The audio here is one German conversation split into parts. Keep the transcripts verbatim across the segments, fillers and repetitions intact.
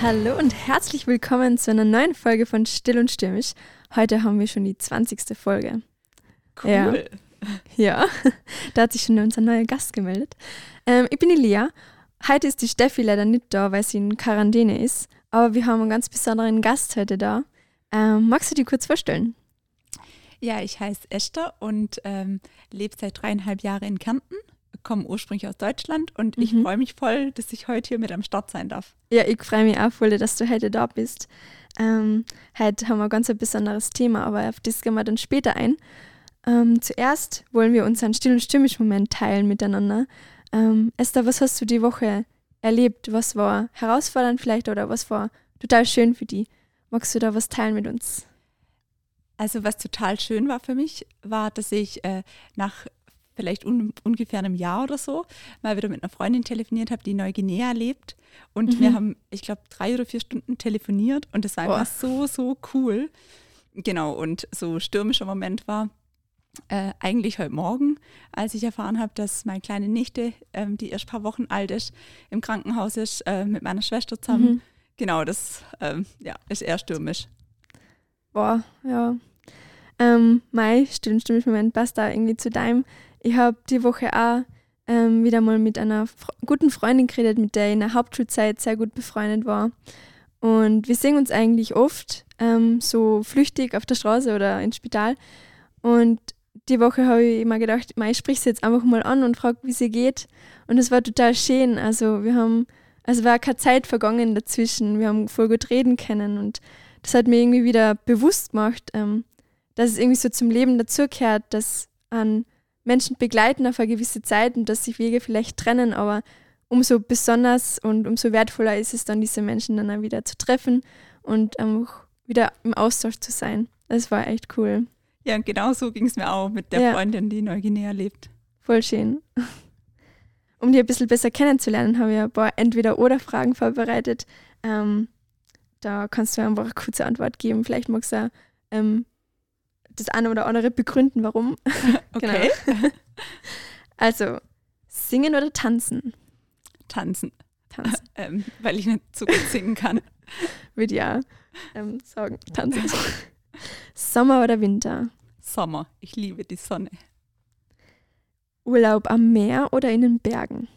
Hallo und herzlich willkommen zu einer neuen Folge von Still und Stürmisch. Heute haben wir schon die zwanzigste Folge. Cool. Ja, ja. Da hat sich schon unser neuer Gast gemeldet. Ähm, ich bin die Lea. Heute ist die Steffi leider nicht da, weil sie in Quarantäne ist. Aber wir haben einen ganz besonderen Gast heute da. Ähm, magst du dich kurz vorstellen? Ja, ich heiße Esther und ähm, lebe seit dreieinhalb Jahren in Kärnten, komme ursprünglich aus Deutschland und mhm. ich freue mich voll, dass ich heute hier mit am Start sein darf. Ja, ich freue mich auch voll, dass du heute da bist. Ähm, heute haben wir ein ganz ein besonderes Thema, aber auf das gehen wir dann später ein. Ähm, zuerst wollen wir unseren Still- und Stürmisch-Moment teilen miteinander. Ähm, Esther, was hast du die Woche erlebt? Was war herausfordernd vielleicht oder was war total schön für dich? Magst du da was teilen mit uns? Also was total schön war für mich, war, dass ich äh, nach vielleicht un- ungefähr einem Jahr oder so mal wieder mit einer Freundin telefoniert habe, die in Neuguinea lebt. Und mhm. wir haben, ich glaube, drei oder vier Stunden telefoniert und das war einfach so, so cool. Genau, und so stürmischer Moment war äh, eigentlich heute Morgen, als ich erfahren habe, dass meine kleine Nichte, ähm, die erst ein paar Wochen alt ist, im Krankenhaus ist, äh, mit meiner Schwester zusammen. Mhm. Genau, das ähm, ja, ist eher stürmisch. Boah, ja. Ähm, mein Still-und-Stürmisch-Moment passt da irgendwie zu deinem. Ich habe die Woche auch ähm, wieder mal mit einer fr- guten Freundin geredet, mit der ich in der Hauptschulzeit sehr gut befreundet war. Und wir sehen uns eigentlich oft ähm, so flüchtig auf der Straße oder ins Spital. Und die Woche habe ich immer gedacht, ich spreche sie jetzt einfach mal an und frage, wie sie geht. Und es war total schön. Also wir haben, also war keine Zeit vergangen dazwischen. Wir haben voll gut reden können und das hat mir irgendwie wieder bewusst gemacht, ähm, dass es irgendwie so zum Leben dazugehört, dass an Menschen begleiten auf eine gewisse Zeit und dass sich Wege vielleicht trennen, aber umso besonders und umso wertvoller ist es dann, diese Menschen dann auch wieder zu treffen und einfach wieder im Austausch zu sein. Das war echt cool. Ja, und genau so ging es mir auch mit der ja. Freundin, die in Neuguinea lebt. Voll schön. Um die ein bisschen besser kennenzulernen, habe ich ein paar Entweder-Oder-Fragen vorbereitet. Ähm, da kannst du einfach eine kurze Antwort geben. Vielleicht magst du auch, ähm, das eine oder andere begründen, warum. Okay. Genau. Also, singen oder tanzen? Tanzen. Tanzen. ähm, weil ich nicht so gut singen kann. Würde ja ähm, sagen, tanzen. Sommer oder Winter? Sommer. Ich liebe die Sonne. Urlaub am Meer oder in den Bergen?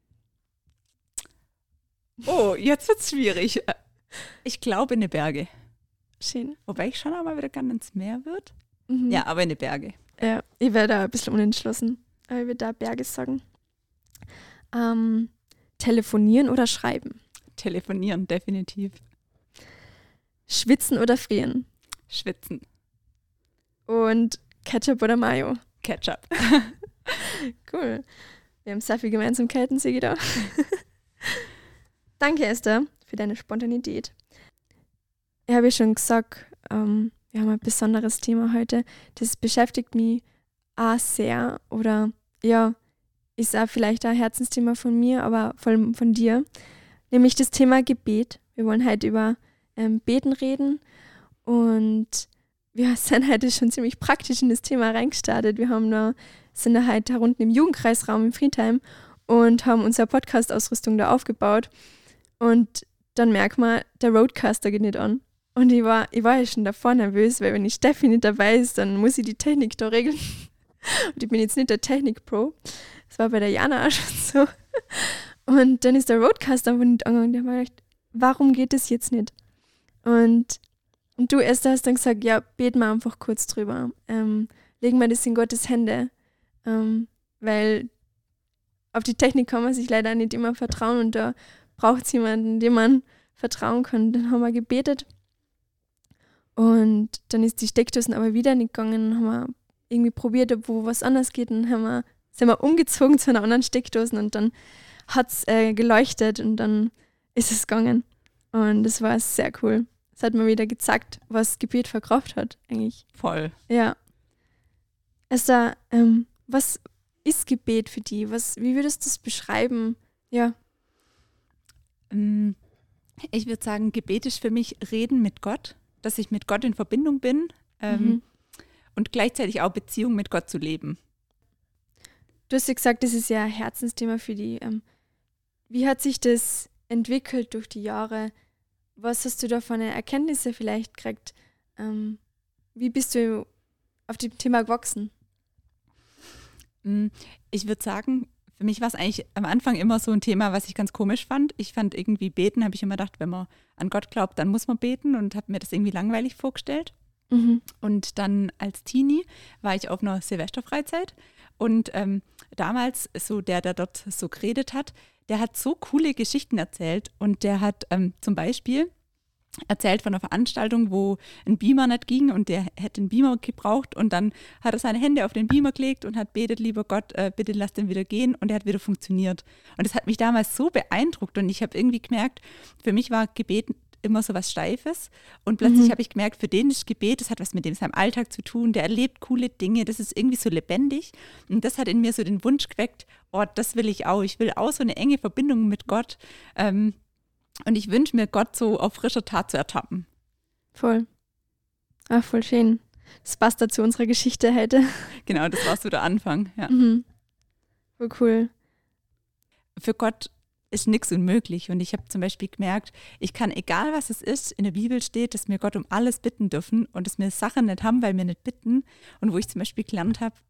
Oh, jetzt wird es schwierig. Ich glaube in die Berge. Schön. Wobei ich schon auch mal wieder gerne ins Meer würde. Mhm. Ja, aber in die Berge. Ja, ich wäre da ein bisschen unentschlossen. Aber ich würde da Berge sagen. Ähm, telefonieren oder schreiben? Telefonieren, definitiv. Schwitzen oder frieren? Schwitzen. Und Ketchup oder Mayo? Ketchup. Cool. Wir haben sehr viele Gemeinsamkeiten, sehe ich da. Danke, Esther, für deine Spontanität. Ich habe ja schon gesagt, ähm, wir haben ein besonderes Thema heute. Das beschäftigt mich auch sehr oder ja, ist auch vielleicht ein Herzensthema von mir, aber vor allem von dir. Nämlich das Thema Gebet. Wir wollen heute über ähm, Beten reden und wir sind heute schon ziemlich praktisch in das Thema reingestartet. Wir haben da, sind da heute unten im Jugendkreisraum in Friedheim und haben unsere Podcast-Ausrüstung da aufgebaut. Und dann merkt man, der Roadcaster geht nicht an. Und ich war, ich war ja schon davor nervös, weil wenn die Steffi nicht dabei ist, dann muss ich die Technik da regeln. Und ich bin jetzt nicht der Technik-Pro. Das war bei der Jana auch schon so. Und dann ist der Roadcaster einfach nicht angegangen. Und ich habe mir gedacht, warum geht das jetzt nicht? Und, und du, Esther, hast dann gesagt, ja, beten wir einfach kurz drüber. Ähm, legen wir das in Gottes Hände. Ähm, weil auf die Technik kann man sich leider nicht immer vertrauen und da braucht es jemanden, dem man vertrauen kann. Dann haben wir gebetet und dann ist die Steckdosen aber wieder nicht gegangen. Dann haben wir irgendwie probiert, ob wo was anderes geht. Dann haben wir, sind wir umgezogen zu einer anderen Steckdosen und dann hat es äh, geleuchtet und dann ist es gegangen. Und das war sehr cool. Es hat mir wieder gezeigt, was Gebet für Kraft hat eigentlich. Voll. Ja. Esther, ähm, was ist Gebet für dich? Was, wie würdest du das beschreiben? Ja. Ich würde sagen, Gebet ist für mich Reden mit Gott, dass ich mit Gott in Verbindung bin ähm, mhm. und gleichzeitig auch Beziehung mit Gott zu leben. Du hast ja gesagt, das ist ja ein Herzensthema für dich. Ähm, wie hat sich das entwickelt durch die Jahre, was hast du da für eine Erkenntnisse vielleicht gekriegt? Ähm, wie bist du auf dem Thema gewachsen? Ich würde sagen, für mich war es eigentlich am Anfang immer so ein Thema, was ich ganz komisch fand. Ich fand irgendwie beten, habe ich immer gedacht, wenn man an Gott glaubt, dann muss man beten und habe mir das irgendwie langweilig vorgestellt. Mhm. Und dann als Teenie war ich auf einer Silvesterfreizeit und ähm, damals so der, der dort so geredet hat, der hat so coole Geschichten erzählt und der hat ähm, zum Beispiel erzählt von einer Veranstaltung, wo ein Beamer nicht ging und der hätte einen Beamer gebraucht und dann hat er seine Hände auf den Beamer gelegt und hat betet, lieber Gott, äh, bitte lass den wieder gehen und er hat wieder funktioniert. Und das hat mich damals so beeindruckt und ich habe irgendwie gemerkt, für mich war Gebet immer so was Steifes und plötzlich mhm. habe ich gemerkt, für den ist Gebet, das hat was mit dem seinem Alltag zu tun, der erlebt coole Dinge, das ist irgendwie so lebendig und das hat in mir so den Wunsch geweckt, oh, das will ich auch, ich will auch so eine enge Verbindung mit Gott ähm, und ich wünsche mir, Gott so auf frischer Tat zu ertappen. Voll. Ach, voll schön. Das passt da zu unserer Geschichte heute. Genau, das war so der Anfang, ja. Mhm. Voll cool. Für Gott ist nichts unmöglich. Und ich habe zum Beispiel gemerkt, ich kann, egal was es ist, in der Bibel steht, dass wir Gott um alles bitten dürfen und dass wir Sachen nicht haben, weil wir nicht bitten. Und wo ich zum Beispiel gelernt habe,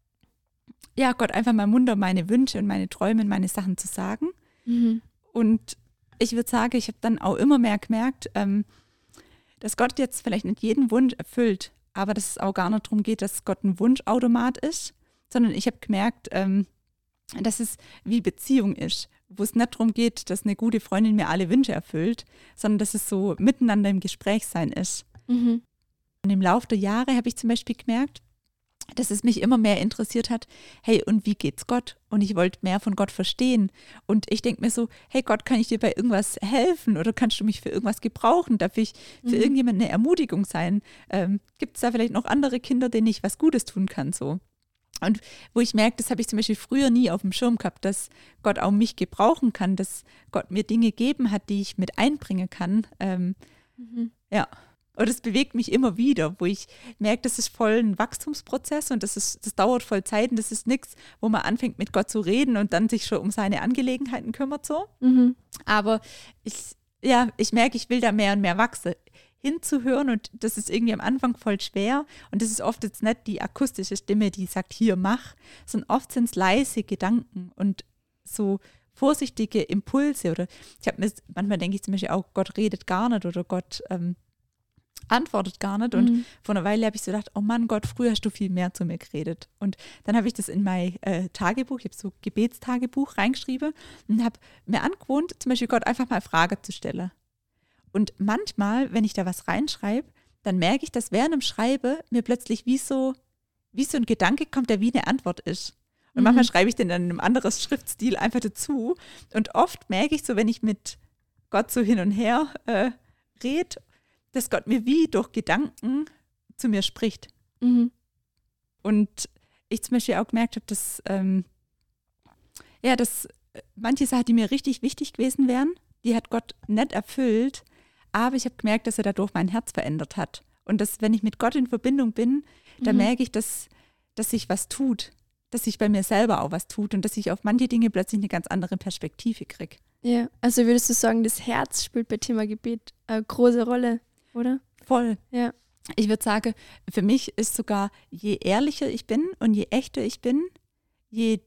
ja, Gott einfach mal Mund um meine Wünsche und meine Träume und meine Sachen zu sagen. Mhm. Und ich würde sagen, ich habe dann auch immer mehr gemerkt, ähm, dass Gott jetzt vielleicht nicht jeden Wunsch erfüllt, aber dass es auch gar nicht darum geht, dass Gott ein Wunschautomat ist, sondern ich habe gemerkt, ähm, dass es wie Beziehung ist, wo es nicht darum geht, dass eine gute Freundin mir alle Wünsche erfüllt, sondern dass es so miteinander im Gespräch sein ist. Mhm. Und im Laufe der Jahre habe ich zum Beispiel gemerkt, dass es mich immer mehr interessiert hat, hey, und wie geht's Gott? Und ich wollte mehr von Gott verstehen. Und ich denke mir so, hey Gott, kann ich dir bei irgendwas helfen oder kannst du mich für irgendwas gebrauchen? Darf ich für Mhm. irgendjemand eine Ermutigung sein? Ähm, gibt es da vielleicht noch andere Kinder, denen ich was Gutes tun kann? So. Und wo ich merke, das habe ich zum Beispiel früher nie auf dem Schirm gehabt, dass Gott auch mich gebrauchen kann, dass Gott mir Dinge gegeben hat, die ich mit einbringen kann. Ähm, Mhm. ja. Und das bewegt mich immer wieder, wo ich merke, das ist voll ein Wachstumsprozess und das, ist, das dauert voll Zeit und das ist nichts, wo man anfängt mit Gott zu reden und dann sich schon um seine Angelegenheiten kümmert so. Mhm. Aber ich, ja, ich merke, ich will da mehr und mehr wachsen, hinzuhören und das ist irgendwie am Anfang voll schwer und das ist oft jetzt nicht die akustische Stimme, die sagt, hier, mach, sondern oft sind es leise Gedanken und so vorsichtige Impulse oder ich habe mir, manchmal denke ich zum Beispiel auch, Gott redet gar nicht oder Gott ähm, antwortet gar nicht. Und Mhm. vor einer Weile habe ich so gedacht, oh Mann, Gott, früher hast du viel mehr zu mir geredet. Und dann habe ich das in mein äh, Tagebuch, ich habe so Gebetstagebuch reingeschrieben und habe mir angewohnt, zum Beispiel Gott einfach mal Fragen zu stellen. Und manchmal, wenn ich da was reinschreibe, dann merke ich, dass während dem Schreiben mir plötzlich wie so, wie so ein Gedanke kommt, der wie eine Antwort ist. Und Mhm. manchmal schreibe ich den dann in einem anderen Schriftstil einfach dazu. Und oft merke ich so, wenn ich mit Gott so hin und her äh, rede, dass Gott mir wie durch Gedanken zu mir spricht. Mhm. Und ich zum Beispiel auch gemerkt habe, dass, ähm, ja, dass manche Sachen, die mir richtig wichtig gewesen wären, die hat Gott nicht erfüllt, aber ich habe gemerkt, dass er dadurch mein Herz verändert hat. Und dass, wenn ich mit Gott in Verbindung bin, dann Mhm. merke ich, dass, dass sich was tut, dass sich bei mir selber auch was tut und dass ich auf manche Dinge plötzlich eine ganz andere Perspektive kriege. Ja, also würdest du sagen, das Herz spielt bei Thema Gebet eine große Rolle, oder? Voll. Ja. Ich würde sagen, für mich ist sogar, je ehrlicher ich bin und je echter ich bin, je,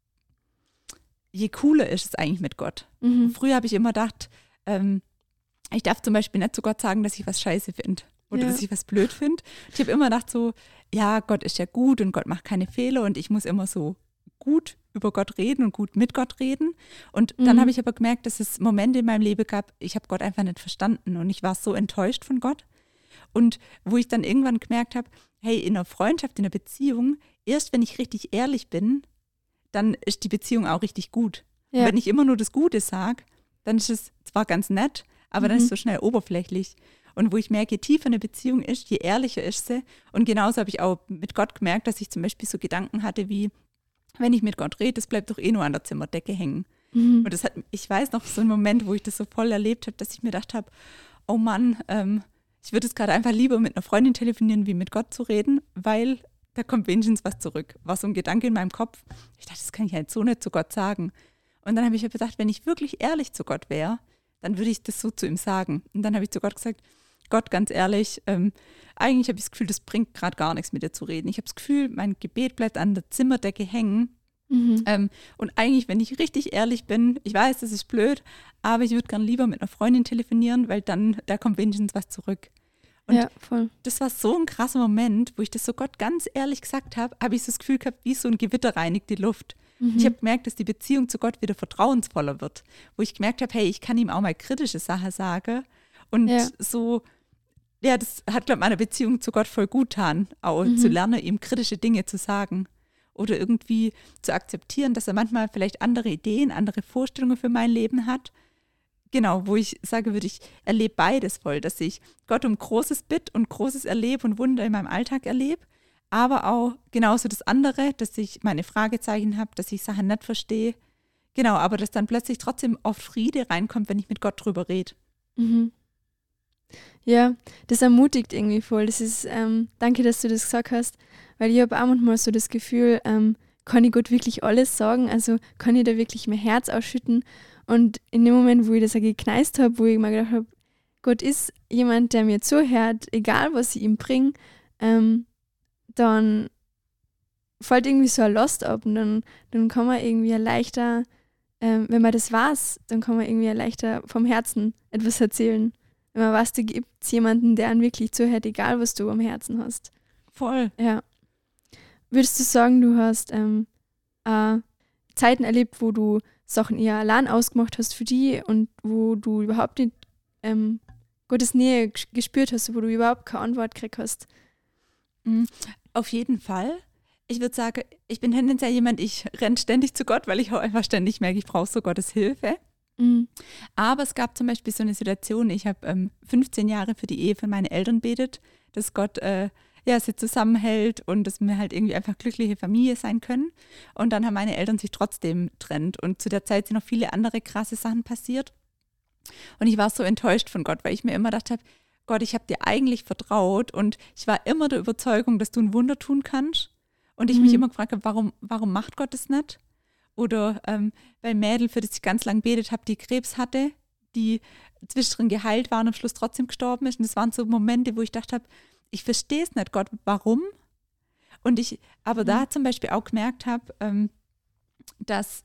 je cooler ist es eigentlich mit Gott. Mhm. Früher habe ich immer gedacht, ähm, ich darf zum Beispiel nicht zu Gott sagen, dass ich was scheiße finde oder Ja. dass ich was blöd finde. Ich habe immer gedacht so, ja, Gott ist ja gut und Gott macht keine Fehler und ich muss immer so gut über Gott reden und gut mit Gott reden. Und dann Mhm. habe ich aber gemerkt, dass es Momente in meinem Leben gab, ich habe Gott einfach nicht verstanden und ich war so enttäuscht von Gott. Und wo ich dann irgendwann gemerkt habe, hey, in einer Freundschaft, in einer Beziehung, erst wenn ich richtig ehrlich bin, dann ist die Beziehung auch richtig gut. Ja. Und wenn ich immer nur das Gute sage, dann ist es zwar ganz nett, aber dann Mhm. ist es so schnell oberflächlich. Und wo ich merke, je tiefer eine Beziehung ist, je ehrlicher ist sie. Und genauso habe ich auch mit Gott gemerkt, dass ich zum Beispiel so Gedanken hatte wie, wenn ich mit Gott rede, das bleibt doch eh nur an der Zimmerdecke hängen. Mhm. Und das hat, ich weiß noch so einen Moment, wo ich das so voll erlebt habe, dass ich mir gedacht habe, oh Mann, ähm, ich würde jetzt gerade einfach lieber mit einer Freundin telefonieren, wie mit Gott zu reden, weil da kommt wenigstens was zurück. War so ein Gedanke in meinem Kopf. Ich dachte, das kann ich halt so nicht zu Gott sagen. Und dann habe ich mir gedacht, wenn ich wirklich ehrlich zu Gott wäre, dann würde ich das so zu ihm sagen. Und dann habe ich zu Gott gesagt, Gott, ganz ehrlich, ähm, eigentlich habe ich das Gefühl, das bringt gerade gar nichts mit dir zu reden. Ich habe das Gefühl, mein Gebet bleibt an der Zimmerdecke hängen. Mhm. Ähm, und eigentlich, wenn ich richtig ehrlich bin, ich weiß, das ist blöd, aber ich würde gern lieber mit einer Freundin telefonieren, weil dann, da kommt wenigstens was zurück. Und ja, voll. das war so ein krasser Moment, wo ich das so Gott ganz ehrlich gesagt habe, habe ich so das Gefühl gehabt, wie so ein Gewitter reinigt die Luft. Mhm. Ich habe gemerkt, dass die Beziehung zu Gott wieder vertrauensvoller wird, wo ich gemerkt habe, hey, ich kann ihm auch mal kritische Sachen sagen und Ja. so, ja, das hat, glaube ich, meiner Beziehung zu Gott voll gut getan, auch Mhm. zu lernen, ihm kritische Dinge zu sagen oder irgendwie zu akzeptieren, dass er manchmal vielleicht andere Ideen, andere Vorstellungen für mein Leben hat. Genau, wo ich sage würde, ich erlebe beides voll, dass ich Gott um Großes bitte und Großes erlebe und Wunder in meinem Alltag erlebe, aber auch genauso das andere, dass ich meine Fragezeichen habe, dass ich Sachen nicht verstehe. Genau, aber dass dann plötzlich trotzdem oft Friede reinkommt, wenn ich mit Gott drüber rede. Mhm. Ja, das ermutigt irgendwie voll. Das ist, ähm, danke, dass du das gesagt hast, weil ich habe auch manchmal so das Gefühl, ähm, kann ich Gott wirklich alles sagen? Also kann ich da wirklich mein Herz ausschütten? Und in dem Moment, wo ich das auch gekneist habe, wo ich mir gedacht habe, Gott ist jemand, der mir zuhört, egal was ich ihm bringe, ähm, dann fällt irgendwie so ein Last ab und dann, dann kann man irgendwie leichter, ähm, wenn man das weiß, dann kann man irgendwie leichter vom Herzen etwas erzählen. Wenn man weiß, da gibt es jemanden, der einen wirklich zuhört, egal was du am Herzen hast. Voll. Ja. Würdest du sagen, du hast ähm, äh, Zeiten erlebt, wo du Sachen eher allein ausgemacht hast für die und wo du überhaupt nicht ähm, Gottes Nähe ges- gespürt hast, wo du überhaupt keine Antwort gekriegt hast? Auf jeden Fall. Ich würde sagen, ich bin tendenziell jemand, ich renne ständig zu Gott, weil ich auch einfach ständig merke, ich brauche so Gottes Hilfe. Mhm. Aber es gab zum Beispiel so eine Situation, ich habe ähm, fünfzehn Jahre für die Ehe von meinen Eltern betet, dass Gott äh, ja, sie zusammenhält und dass wir halt irgendwie einfach glückliche Familie sein können. Und dann haben meine Eltern sich trotzdem getrennt. Und zu der Zeit sind noch viele andere krasse Sachen passiert. Und ich war so enttäuscht von Gott, weil ich mir immer gedacht habe, Gott, ich habe dir eigentlich vertraut und ich war immer der Überzeugung, dass du ein Wunder tun kannst. Und ich Mhm. mich immer gefragt habe, warum, warum macht Gott das nicht? Oder ähm, bei Mädel, für das ich ganz lang betet habe, die Krebs hatte, die zwischendrin geheilt war und am Schluss trotzdem gestorben ist. Und das waren so Momente, wo ich gedacht habe, ich verstehe es nicht, Gott, warum? Und ich aber Mhm. da zum Beispiel auch gemerkt habe, ähm, dass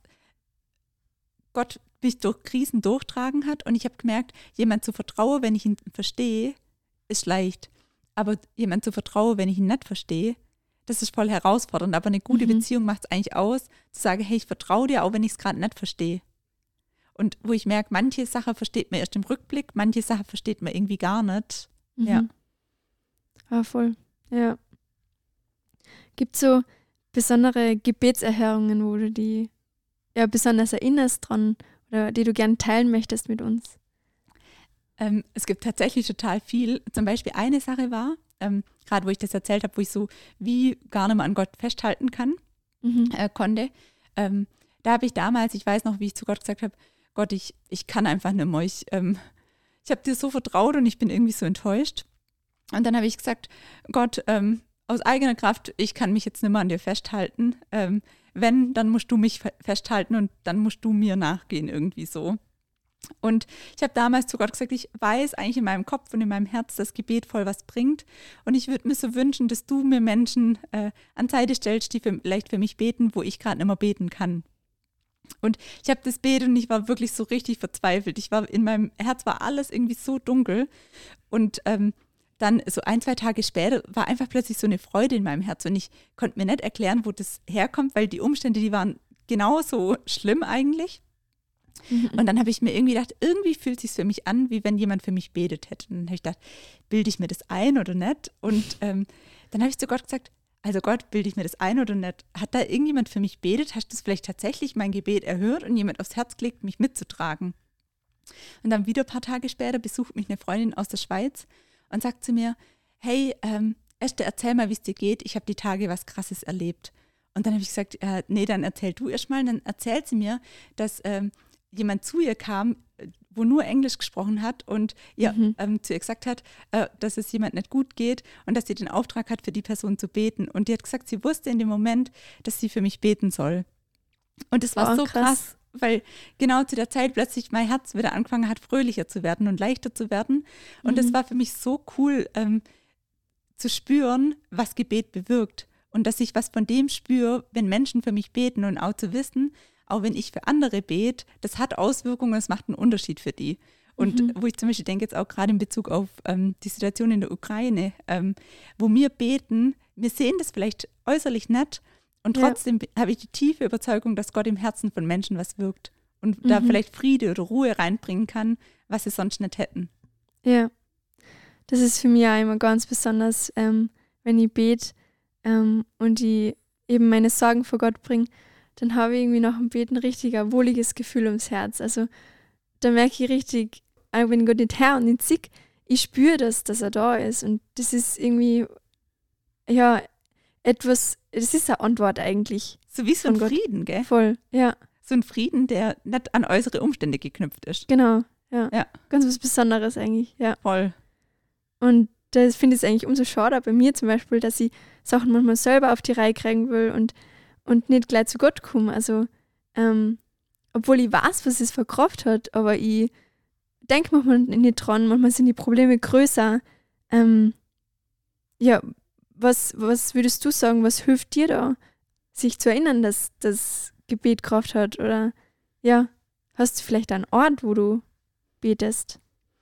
Gott mich durch Krisen durchtragen hat und ich habe gemerkt, jemand zu vertrauen, wenn ich ihn verstehe, ist leicht. Aber jemand zu vertrauen, wenn ich ihn nicht verstehe, das ist voll herausfordernd. Aber eine gute Mhm. Beziehung macht es eigentlich aus, zu sagen, hey, ich vertraue dir, auch wenn ich es gerade nicht verstehe. Und wo ich merke, manche Sachen versteht man erst im Rückblick, manche Sachen versteht man irgendwie gar nicht. Mhm. Ja. Ah, voll. Ja. Gibt es so besondere Gebetserhörungen, wo du die ja, besonders erinnerst dran oder die du gern teilen möchtest mit uns? Ähm, es gibt tatsächlich total viel. Zum Beispiel eine Sache war, ähm, gerade wo ich das erzählt habe, wo ich so wie gar nicht mehr an Gott festhalten kann, Mhm. äh, konnte. Ähm, da habe ich damals, ich weiß noch, wie ich zu Gott gesagt habe, Gott, ich, ich kann einfach nicht mehr. Ich, ähm, ich habe dir so vertraut und ich bin irgendwie so enttäuscht. Und dann habe ich gesagt, Gott, ähm, aus eigener Kraft, ich kann mich jetzt nicht mehr an dir festhalten. Ähm, wenn, dann musst du mich fe- festhalten und dann musst du mir nachgehen irgendwie so. Und ich habe damals zu Gott gesagt, ich weiß eigentlich in meinem Kopf und in meinem Herz, dass Gebet voll was bringt. Und ich würde mir so wünschen, dass du mir Menschen äh, an Seite stellst, die für, vielleicht für mich beten, wo ich gerade nicht mehr beten kann. Und ich habe das betet und ich war wirklich so richtig verzweifelt. Ich war, in meinem Herz war alles irgendwie so dunkel. Und ähm, dann so ein, zwei Tage später war einfach plötzlich so eine Freude in meinem Herz. Und ich konnte mir nicht erklären, wo das herkommt, weil die Umstände, die waren genauso schlimm eigentlich. Mhm. Und dann habe ich mir irgendwie gedacht, irgendwie fühlt es sich für mich an, wie wenn jemand für mich betet hätte. Und dann habe ich gedacht, bilde ich mir das ein oder nicht? Und ähm, dann habe ich zu Gott gesagt, also Gott, bilde ich mir das ein oder nicht? Hat da irgendjemand für mich betet? Hast du vielleicht tatsächlich mein Gebet erhört und jemand aufs Herz gelegt, mich mitzutragen? Und dann wieder ein paar Tage später besucht mich eine Freundin aus der Schweiz und sagt zu mir, hey, ähm, Esther, erzähl mal, wie es dir geht. Ich habe die Tage was Krasses erlebt. Und dann habe ich gesagt, äh, nee, dann erzähl du erst mal. Und dann erzählt sie mir, dass ähm, jemand zu ihr kam, wo nur Englisch gesprochen hat und ihr Mhm. ähm, zu ihr gesagt hat, äh, dass es jemand nicht gut geht und dass sie den Auftrag hat, für die Person zu beten. Und die hat gesagt, sie wusste in dem Moment, dass sie für mich beten soll. Und das war Oh, so krass. krass. weil genau zu der Zeit plötzlich mein Herz wieder angefangen hat, fröhlicher zu werden und leichter zu werden. Und es Mhm. war für mich so cool, ähm, zu spüren, was Gebet bewirkt. Und dass ich was von dem spüre, wenn Menschen für mich beten und auch zu wissen, auch wenn ich für andere bete, das hat Auswirkungen, das macht einen Unterschied für die. Und Mhm. wo ich zum Beispiel denke jetzt auch gerade in Bezug auf ähm, die Situation in der Ukraine, ähm, wo wir beten, wir sehen das vielleicht äußerlich nicht und Ja. trotzdem habe ich die tiefe Überzeugung, dass Gott im Herzen von Menschen was wirkt und da Mhm. vielleicht Friede oder Ruhe reinbringen kann, was sie sonst nicht hätten. Ja, das ist für mich auch immer ganz besonders, ähm, wenn ich bete ähm, und ich eben meine Sorgen vor Gott bringe, dann habe ich irgendwie nach dem Beten richtig ein wohliges Gefühl ums Herz. Also da merke ich richtig, auch wenn Gott nicht her und nicht sieht, ich spüre das, dass er da ist. Und das ist irgendwie, ja, etwas, das ist eine Antwort eigentlich. So wie so ein Von Gott. Frieden, gell? Voll, ja, So ein Frieden, der nicht an äußere Umstände geknüpft ist. genau, ja. Ja. Ganz was Besonderes eigentlich, ja. Voll. Und das finde ich eigentlich umso schade bei mir zum Beispiel, dass ich Sachen manchmal selber auf die Reihe kriegen will und, und nicht gleich zu Gott komme. Also, ähm, obwohl ich weiß, was es für Kraft hat, aber ich denke manchmal nicht dran, manchmal sind die Probleme größer. Ähm, ja, was, was würdest du sagen, was hilft dir da, sich zu erinnern, dass das Gebet Kraft hat? Oder ja, hast du vielleicht einen Ort, wo du betest?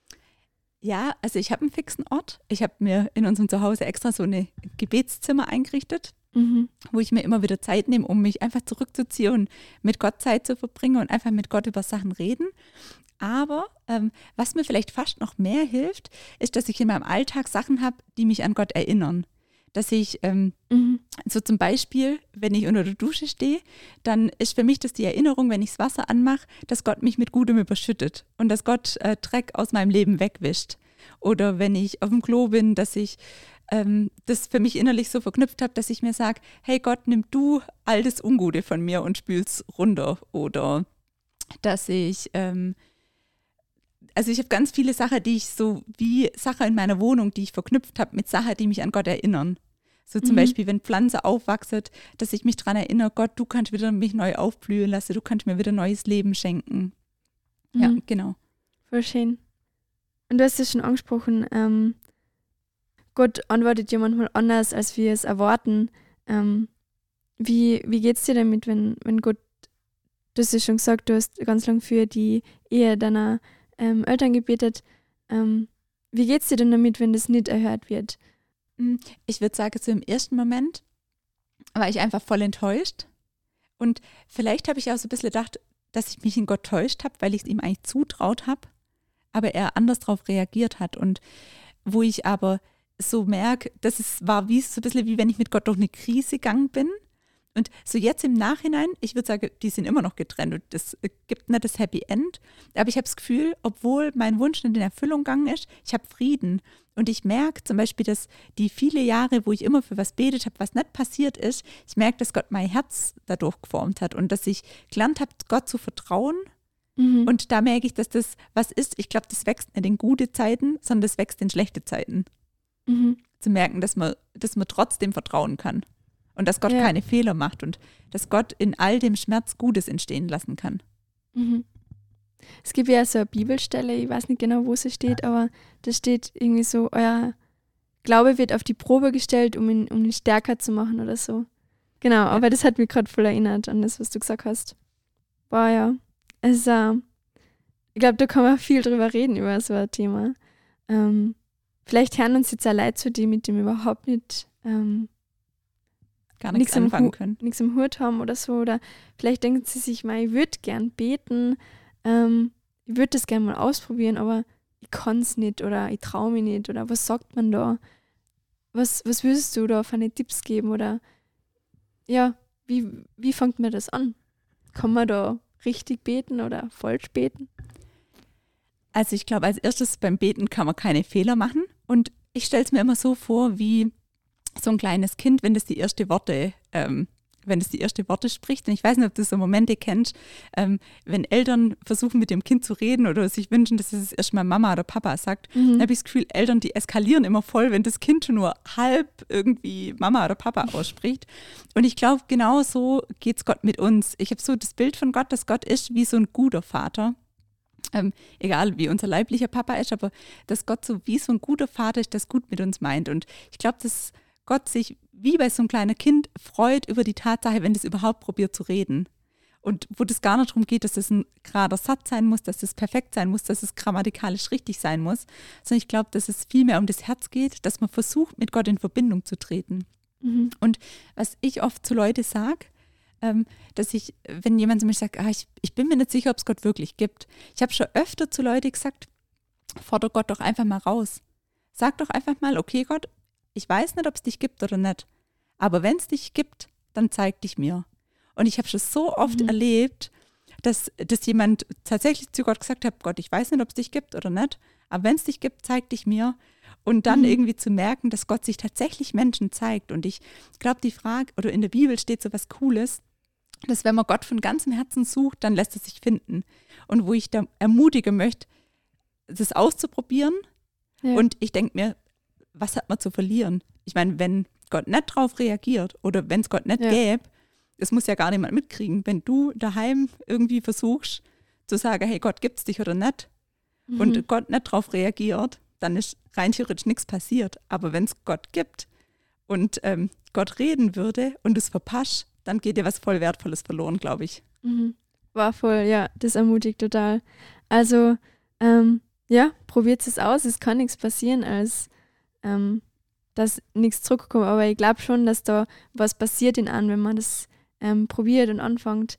Ja, also ich habe einen fixen Ort. Ich habe mir in unserem Zuhause extra so eine Gebetszimmer eingerichtet, Mhm. wo ich mir immer wieder Zeit nehme, um mich einfach zurückzuziehen und mit Gott Zeit zu verbringen und einfach mit Gott über Sachen reden. Aber ähm, was mir vielleicht fast noch mehr hilft, ist, dass ich in meinem Alltag Sachen habe, die mich an Gott erinnern. Dass ich ähm, Mhm. so zum Beispiel, wenn ich unter der Dusche stehe, dann ist für mich das die Erinnerung, wenn ich das Wasser anmache, dass Gott mich mit Gutem überschüttet und dass Gott äh, Dreck aus meinem Leben wegwischt. Oder wenn ich auf dem Klo bin, dass ich ähm, das für mich innerlich so verknüpft habe, dass ich mir sage, hey Gott, nimm du all das Ungute von mir und spül's runter. Oder dass ich, ähm, also ich habe ganz viele Sachen, die ich so wie Sachen in meiner Wohnung, die ich verknüpft habe mit Sachen, die mich an Gott erinnern. So zum Mhm. Beispiel, wenn Pflanzen aufwachsen, dass ich mich daran erinnere, Gott, du kannst wieder mich neu aufblühen lassen, du kannst mir wieder neues Leben schenken. Ja, Mhm. genau. Voll schön. Und du hast es schon angesprochen, ähm, Gott antwortet ja manchmal anders, als wir es erwarten. Ähm, wie wie geht es dir damit, wenn, wenn Gott, du hast ja schon gesagt, du hast ganz lang für die Ehe deiner ähm, Eltern gebetet. Ähm, wie geht es dir denn damit, wenn das nicht erhört wird? Ich würde sagen, so im ersten Moment war ich einfach voll enttäuscht. Und vielleicht habe ich auch so ein bisschen gedacht, dass ich mich in Gott täuscht habe, weil ich es ihm eigentlich zutraut habe, aber er anders darauf reagiert hat. Und wo ich aber so merke, dass es war wie so ein bisschen wie wenn ich mit Gott durch eine Krise gegangen bin. Und so jetzt im Nachhinein, ich würde sagen, die sind immer noch getrennt und das gibt nicht das Happy End. Aber ich habe das Gefühl, obwohl mein Wunsch nicht in Erfüllung gegangen ist, ich habe Frieden. Und ich merke zum Beispiel, dass die viele Jahre, wo ich immer für was betet habe, was nicht passiert ist, ich merke, dass Gott mein Herz dadurch geformt hat und dass ich gelernt habe, Gott zu vertrauen. Mhm. Und da merke ich, dass das was ist. Ich glaube, das wächst nicht in gute Zeiten, sondern das wächst in schlechte Zeiten. Mhm. Zu merken, dass man, dass man trotzdem vertrauen kann. Und dass Gott Ja. keine Fehler macht und dass Gott in all dem Schmerz Gutes entstehen lassen kann. Mhm. Es gibt ja so eine Bibelstelle, ich weiß nicht genau, wo sie steht, aber da steht irgendwie so, euer Glaube wird auf die Probe gestellt, um ihn, um ihn stärker zu machen oder so. Genau, aber das hat mich gerade voll erinnert an das, was du gesagt hast. Boah, ja. Es, äh, ich glaube, da kann man viel drüber reden, über so ein Thema. Ähm, vielleicht hören uns jetzt auch Leute zu, die mit dem überhaupt nicht ähm, Gar nichts Nix am anfangen Hu- können. nichts im Hut haben oder so. Oder vielleicht denken sie sich mal, ich würde gern beten, ähm, ich würde das gerne mal ausprobieren, aber ich kann es nicht oder ich traue mich nicht oder was sagt man da? Was, was würdest du da für eine Tipps geben oder ja, wie, wie fängt man das an? Kann man da richtig beten oder falsch beten? Also ich glaube, als erstes beim Beten kann man keine Fehler machen. Und ich stelle es mir immer so vor, wie so ein kleines Kind, wenn das die ersten Worte ähm, wenn es die ersten Worte spricht. Und ich weiß nicht, ob du so Momente kennst, ähm, wenn Eltern versuchen, mit dem Kind zu reden oder sich wünschen, dass es erstmal Mama oder Papa sagt, mhm. dann habe ich das Gefühl, Eltern, die eskalieren immer voll, wenn das Kind schon nur halb irgendwie Mama oder Papa ausspricht. Und ich glaube, genau so geht es Gott mit uns. Ich habe so das Bild von Gott, dass Gott ist wie so ein guter Vater. Ähm, egal, wie unser leiblicher Papa ist, aber dass Gott so wie so ein guter Vater ist, das gut mit uns meint. Und ich glaube, dass Gott sich wie bei so einem kleinen Kind freut über die Tatsache, wenn es überhaupt probiert zu reden. Und wo das gar nicht darum geht, dass das ein gerader Satz sein muss, dass das perfekt sein muss, dass es grammatikalisch richtig sein muss, sondern ich glaube, dass es vielmehr um das Herz geht, dass man versucht, mit Gott in Verbindung zu treten. Mhm. Und was ich oft zu Leuten sage, ähm, dass ich, wenn jemand zu mir sagt, ah, ich, ich bin mir nicht sicher, ob es Gott wirklich gibt. Ich habe schon öfter zu Leuten gesagt, fordere Gott doch einfach mal raus. Sag doch einfach mal, okay Gott, ich weiß nicht, ob es dich gibt oder nicht, aber wenn es dich gibt, dann zeig dich mir. Und ich habe schon so oft mhm. erlebt, dass, dass jemand tatsächlich zu Gott gesagt hat, Gott, ich weiß nicht, ob es dich gibt oder nicht, aber wenn es dich gibt, zeig dich mir. Und dann mhm. irgendwie zu merken, dass Gott sich tatsächlich Menschen zeigt. Und ich glaube, die Frage, oder in der Bibel steht so was Cooles, dass wenn man Gott von ganzem Herzen sucht, dann lässt er sich finden. Und wo ich da ermutigen möchte, das auszuprobieren. Ja. Und ich denke mir, was hat man zu verlieren? Ich meine, wenn Gott nicht drauf reagiert oder wenn es Gott nicht ja. gäbe, das muss ja gar niemand mitkriegen. Wenn du daheim irgendwie versuchst zu sagen, hey Gott, gibt's dich oder nicht? Mhm. Und Gott nicht drauf reagiert, dann ist rein theoretisch nichts passiert. Aber wenn es Gott gibt und ähm, Gott reden würde und du es verpasst, dann geht dir was voll Wertvolles verloren, glaube ich. Mhm. War voll, ja, das ermutigt total. Also, ähm, ja, probiert es aus, es kann nichts passieren, als ähm, dass nichts zurückkommt, aber ich glaube schon, dass da was passiert in einem, wenn man das ähm, probiert und anfängt.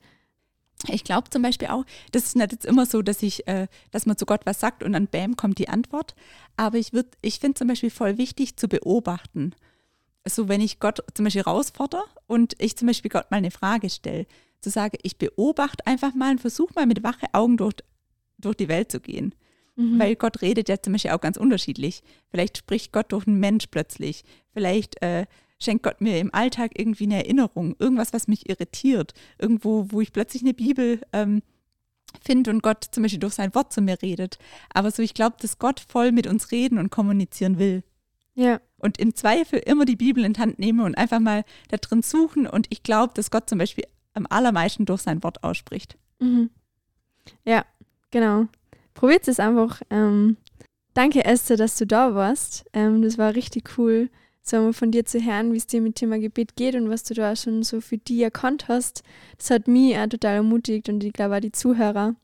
Ich glaube zum Beispiel auch, das ist nicht jetzt immer so, dass ich, äh, dass man zu Gott was sagt und dann bam, kommt die Antwort, aber ich, würd, ich finde zum Beispiel voll wichtig zu beobachten. So, wenn ich Gott zum Beispiel herausfordere und ich zum Beispiel Gott mal eine Frage stelle, zu sagen, ich beobachte einfach mal und versuche mal mit wachen Augen durch, durch die Welt zu gehen. Mhm. Weil Gott redet ja zum Beispiel auch ganz unterschiedlich. Vielleicht spricht Gott durch einen Mensch plötzlich. Vielleicht äh, schenkt Gott mir im Alltag irgendwie eine Erinnerung, irgendwas, was mich irritiert. Irgendwo, wo ich plötzlich eine Bibel ähm, finde und Gott zum Beispiel durch sein Wort zu mir redet. Aber so, ich glaube, dass Gott voll mit uns reden und kommunizieren will. Ja. Und im Zweifel immer die Bibel in die Hand nehmen und einfach mal da drin suchen. Und ich glaube, dass Gott zum Beispiel am allermeisten durch sein Wort ausspricht. Mhm. Ja, genau. Probiert es einfach. Ähm, danke, Esther, dass du da warst. Ähm, das war richtig cool, so mal von dir zu hören, wie es dir mit Thema Gebet geht und was du da schon so für dich erkannt hast. Das hat mich auch total ermutigt und ich glaube auch die Zuhörer.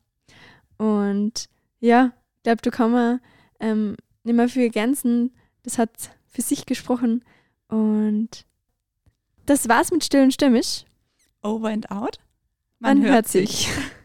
Und ja, ich glaube, da kann man ähm, nicht mehr viel ergänzen. Das hat für sich gesprochen. Und das war's mit Still und Stimmig. Over and out. Man, Man hört sich. sich.